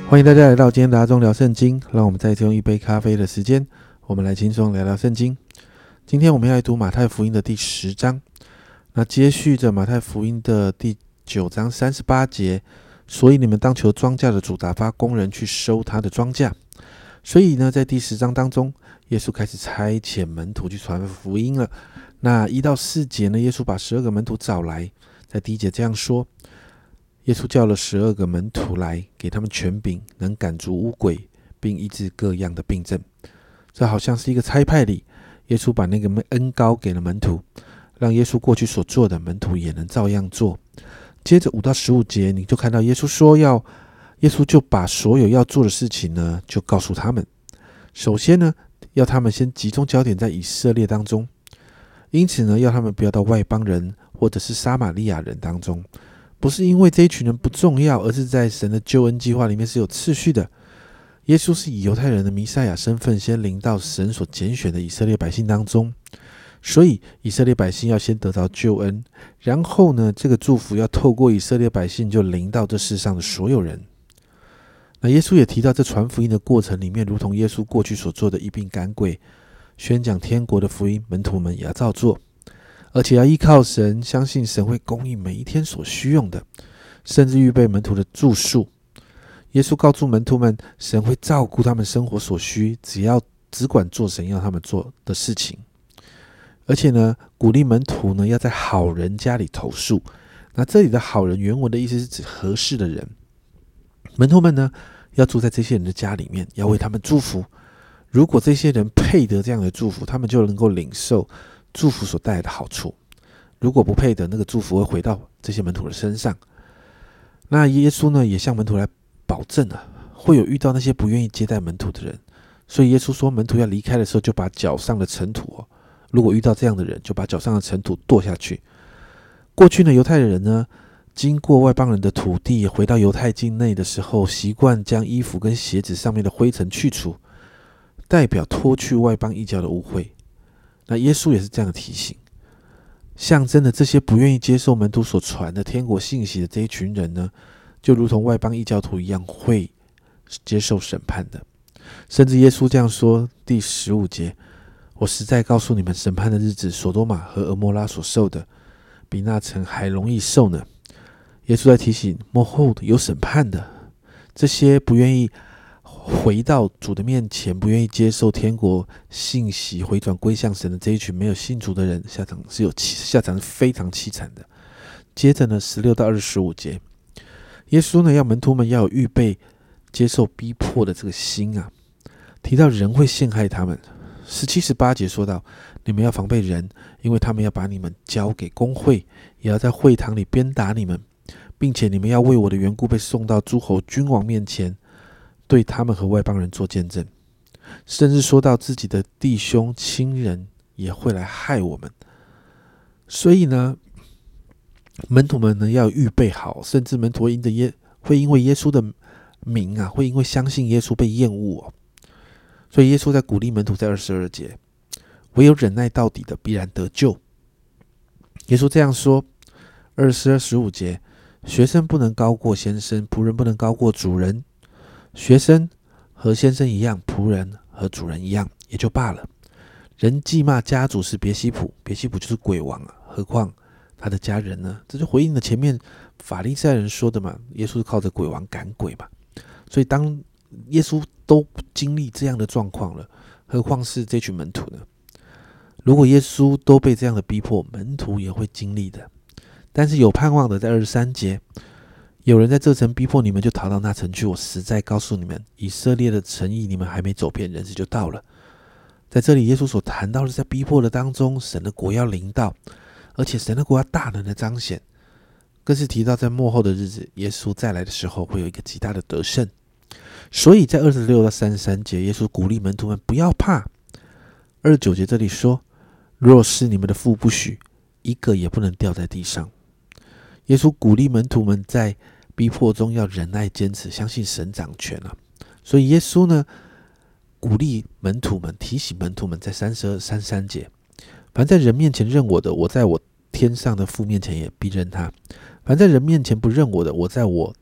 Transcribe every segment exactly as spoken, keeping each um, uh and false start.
欢迎大家来到今天的阿忠聊圣经，让我们再次用一杯咖啡的时间，我们来轻松聊聊圣经。今天我们要来读马太福音的第十章，那接续着马太福音的第九章三十八节，所以你们当求庄稼的主打发工人去收他的庄稼。所以呢，在第十章当中，耶稣开始差遣门徒去传福音了。那一到四节呢，耶稣把十二个门徒找来，在第一节这样说：耶稣叫了十二个门徒来，给他们权柄，能赶逐污鬼，并医治各样的病症。这好像是一个差派里，耶稣把那个恩膏给了门徒，让耶稣过去所做的，门徒也能照样做。接着五到十五节，你就看到耶稣说要，耶稣就把所有要做的事情呢，就告诉他们。首先呢，要他们先集中焦点在以色列当中，因此呢，要他们不要到外邦人或者是撒玛利亚人当中。不是因为这一群人不重要，而是在神的救恩计划里面是有次序的。耶稣是以犹太人的弥赛亚身份先临到神所拣选的以色列百姓当中，所以以色列百姓要先得到救恩，然后呢，这个祝福要透过以色列百姓就临到这世上的所有人。那耶稣也提到，这传福音的过程里面，如同耶稣过去所做的医病赶鬼、宣讲天国的福音，门徒们也要照做。而且要依靠神，相信神会供应每一天所需用的，甚至预备门徒的住宿。耶稣告诉门徒们，神会照顾他们生活所需，只要只管做神要他们做的事情。而且呢，鼓励门徒呢要在好人家里投宿。那这里的好人原文的意思是指合适的人。门徒们呢要住在这些人的家里面，要为他们祝福。如果这些人配得这样的祝福，他们就能够领受祝福所带来的好处。如果不配的，那个祝福会回到这些门徒的身上。那耶稣呢，也向门徒来保证啊，会有遇到那些不愿意接待门徒的人。所以耶稣说，门徒要离开的时候，就把脚上的尘土、哦、如果遇到这样的人，就把脚上的尘土跺下去。过去呢，犹太人呢，经过外邦人的土地，回到犹太境内的时候，习惯将衣服跟鞋子上面的灰尘去除，代表脱去外邦异教的污秽。那耶稣也是这样的提醒，象征的这些不愿意接受门徒所传的天国信息的这一群人呢，就如同外邦异教徒一样，会接受审判的。甚至耶稣这样说，第十五节：我实在告诉你们，审判的日子，所多玛和俄摩拉所受的，比那城还容易受呢。耶稣在提醒，末后有审判的，这些不愿意回到主的面前，不愿意接受天国信息，回转归向神的这一群没有信主的人，下场是有下场是非常凄惨的。接着呢，十六到二十五节，耶稣呢要门徒们要有预备接受逼迫的这个心啊，提到人会陷害他们。十七、十八节说到，你们要防备人，因为他们要把你们交给公会，也要在会堂里鞭打你们，并且你们要为我的缘故被送到诸侯君王面前，对他们和外邦人做见证。甚至说到自己的弟兄亲人也会来害我们。所以呢，门徒们呢要预备好，甚至门徒会因着耶会因为耶稣的名啊，会因为相信耶稣被厌恶哦。所以耶稣在鼓励门徒，在二十二节，唯有忍耐到底的必然得救。耶稣这样说，二十二、十五节，学生不能高过先生，仆人不能高过主人。学生和先生一样，仆人和主人一样，也就罢了。人既骂家主是别西卜，别西卜就是鬼王啊，何况他的家人呢？这就回应了前面法利赛人说的嘛，耶稣是靠着鬼王赶鬼嘛。所以当耶稣都经历这样的状况了，何况是这群门徒呢？如果耶稣都被这样的逼迫，门徒也会经历的。但是有盼望的，在二十三节，有人在这城逼迫你们，就逃到那城去。我实在告诉你们，以色列的城邑你们还没走遍，人子就到了。在这里，耶稣所谈到的，在逼迫的当中，神的国要临到，而且神的国要大能的彰显，更是提到在末后的日子，耶稣再来的时候，会有一个极大的得胜。所以在二十六到三十三节，耶稣鼓励门徒们不要怕。二十九节这里说，若是你们的父不许，一个也不能掉在地上。耶稣鼓励门徒们在逼迫中要忍耐坚持，相信神掌权啊。所以耶稣呢鼓励门徒们，提醒门徒们，在三十二、三十三节，凡在人面前认我的，我在我天上的父面前也必认他；凡在人面前不认我的，我在我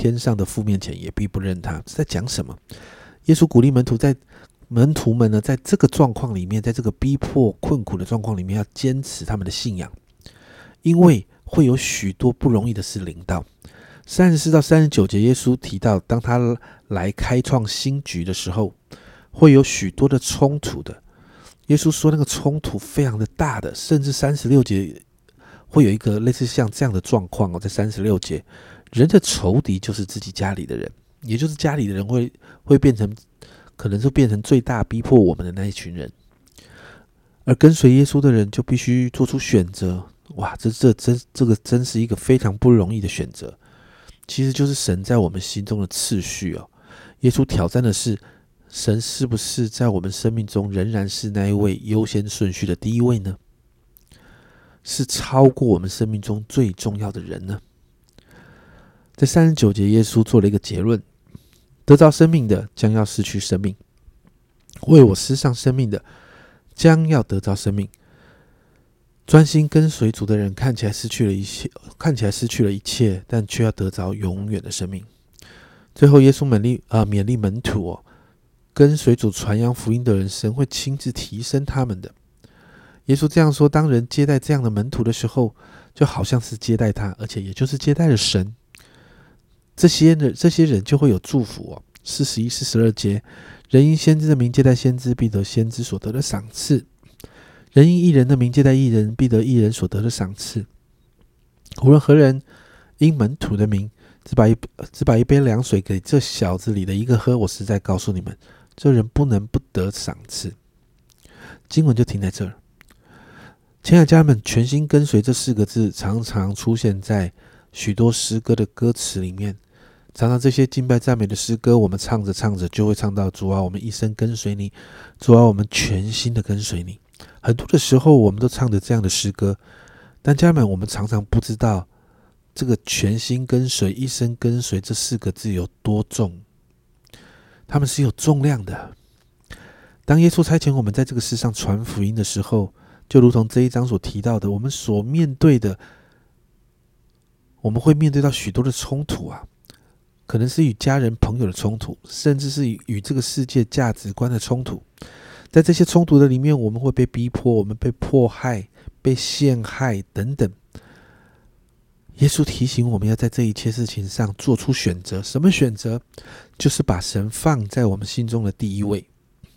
天上的父面前也必不认他。是在讲什么？耶稣鼓励门徒在门徒们呢，在这个状况里面，在这个逼迫困苦的状况里面，要坚持他们的信仰，因为会有许多不容易的事临到。三十四到三十九节，耶稣提到，当他来开创新局的时候，会有许多的冲突的。耶稣说，那个冲突非常的大的，甚至三十六节会有一个类似像这样的状况哦，在三十六节，人的仇敌就是自己家里的人，也就是家里的人会会变成，可能就变成最大逼迫我们的那一群人。而跟随耶稣的人就必须做出选择。哇，这这真这个真是一个非常不容易的选择。其实就是神在我们心中的次序哦。耶稣挑战的是，神是不是在我们生命中仍然是那一位优先顺序的第一位呢？是超过我们生命中最重要的人呢？在三十九节，耶稣做了一个结论：得着生命的将要失去生命，为我失丧生命的将要得着生命。专心跟随主的人看起来失去了一切，看起来失去了一切，但却要得着永远的生命。最后，耶稣勉励啊、呃、勉励门徒哦，跟随主传扬福音的人，神会亲自提升他们的。耶稣这样说：当人接待这样的门徒的时候，就好像是接待他，而且也就是接待了神。这些人，这些人就会有祝福哦。四十一、四十二节，人因先知的名接待先知，必得先知所得的赏赐。人因义人的名接待义人，必得义人所得的赏赐。无论何人因门徒的名只把一只把一杯凉水给这小子里的一个喝，我实在告诉你们，这人不能不得赏赐。经文就停在这儿。亲爱的家人们，全心跟随这四个字常常出现在许多诗歌的歌词里面。常常这些敬拜赞美的诗歌，我们唱着唱着就会唱到主啊，我们一生跟随你，主啊，我们全心的跟随你。很多的时候我们都唱着这样的诗歌，但家人们，我们常常不知道这个全心跟随、一生跟随这四个字有多重，他们是有重量的。当耶稣差遣我们在这个世上传福音的时候，就如同这一章所提到的，我们所面对的，我们会面对到许多的冲突啊，可能是与家人朋友的冲突，甚至是与这个世界价值观的冲突。在这些冲突的里面，我们会被逼迫，我们被迫害，被陷害等等。耶稣提醒我们要在这一切事情上做出选择。什么选择？就是把神放在我们心中的第一位。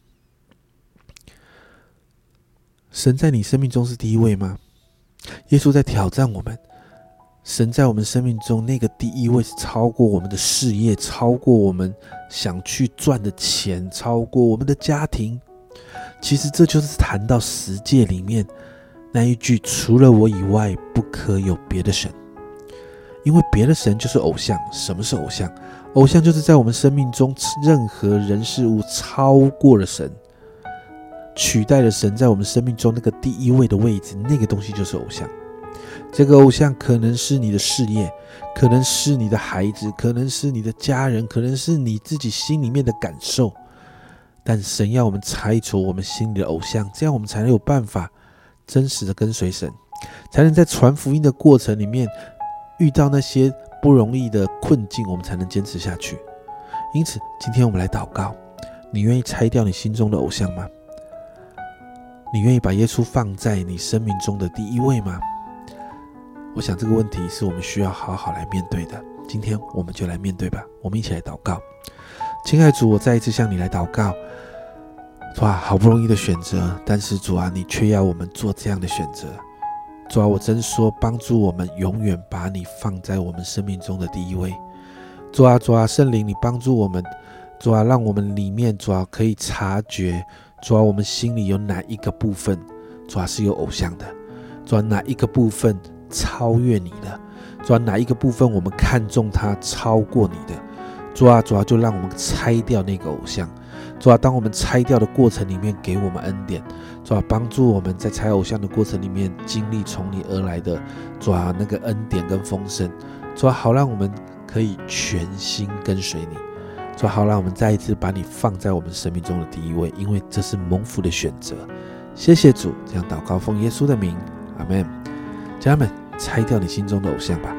神在你生命中是第一位吗？耶稣在挑战我们，神在我们生命中那个第一位是超过我们的事业，超过我们想去赚的钱，超过我们的家庭。其实这就是谈到十诫里面那一句，除了我以外不可有别的神。因为别的神就是偶像。什么是偶像？偶像就是在我们生命中任何人事物超过了神，取代了神在我们生命中那个第一位的位置，那个东西就是偶像。这个偶像可能是你的事业，可能是你的孩子，可能是你的家人，可能是你自己心里面的感受。但神要我们拆除我们心里的偶像，这样我们才能有办法真实的跟随神，才能在传福音的过程里面遇到那些不容易的困境，我们才能坚持下去。因此今天我们来祷告，你愿意拆掉你心中的偶像吗？你愿意把耶稣放在你生命中的第一位吗？我想这个问题是我们需要好好来面对的。今天我们就来面对吧。我们一起来祷告。亲爱的主，我再一次向你来祷告。哇，好不容易的选择，但是主啊，你却要我们做这样的选择。主啊，我真说帮助我们永远把你放在我们生命中的第一位。主啊，主啊，圣灵你帮助我们。主啊，让我们里面主啊可以察觉，主啊，我们心里有哪一个部分主啊是有偶像的，主啊，哪一个部分超越你的，主啊，哪一个部分我们看重它超过你的。主啊，主啊，就让我们拆掉那个偶像。主啊，当我们拆掉的过程里面，给我们恩典。主啊，帮助我们在拆偶像的过程里面，经历从你而来的主啊那个恩典跟丰盛。主啊，好让我们可以全心跟随你。主啊，好让我们再一次把你放在我们生命中的第一位，因为这是蒙福的选择。谢谢主，这样祷告奉耶稣的名，阿们。家人们，拆掉你心中的偶像吧，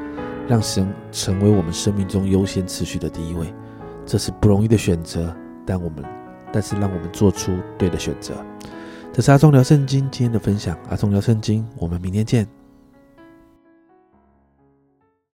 让神成为我们生命中优先次序的第一位。这是不容易的选择，但我们但是让我们做出对的选择。这是阿忠聊圣经今天的分享，阿忠聊圣经，我们明天见。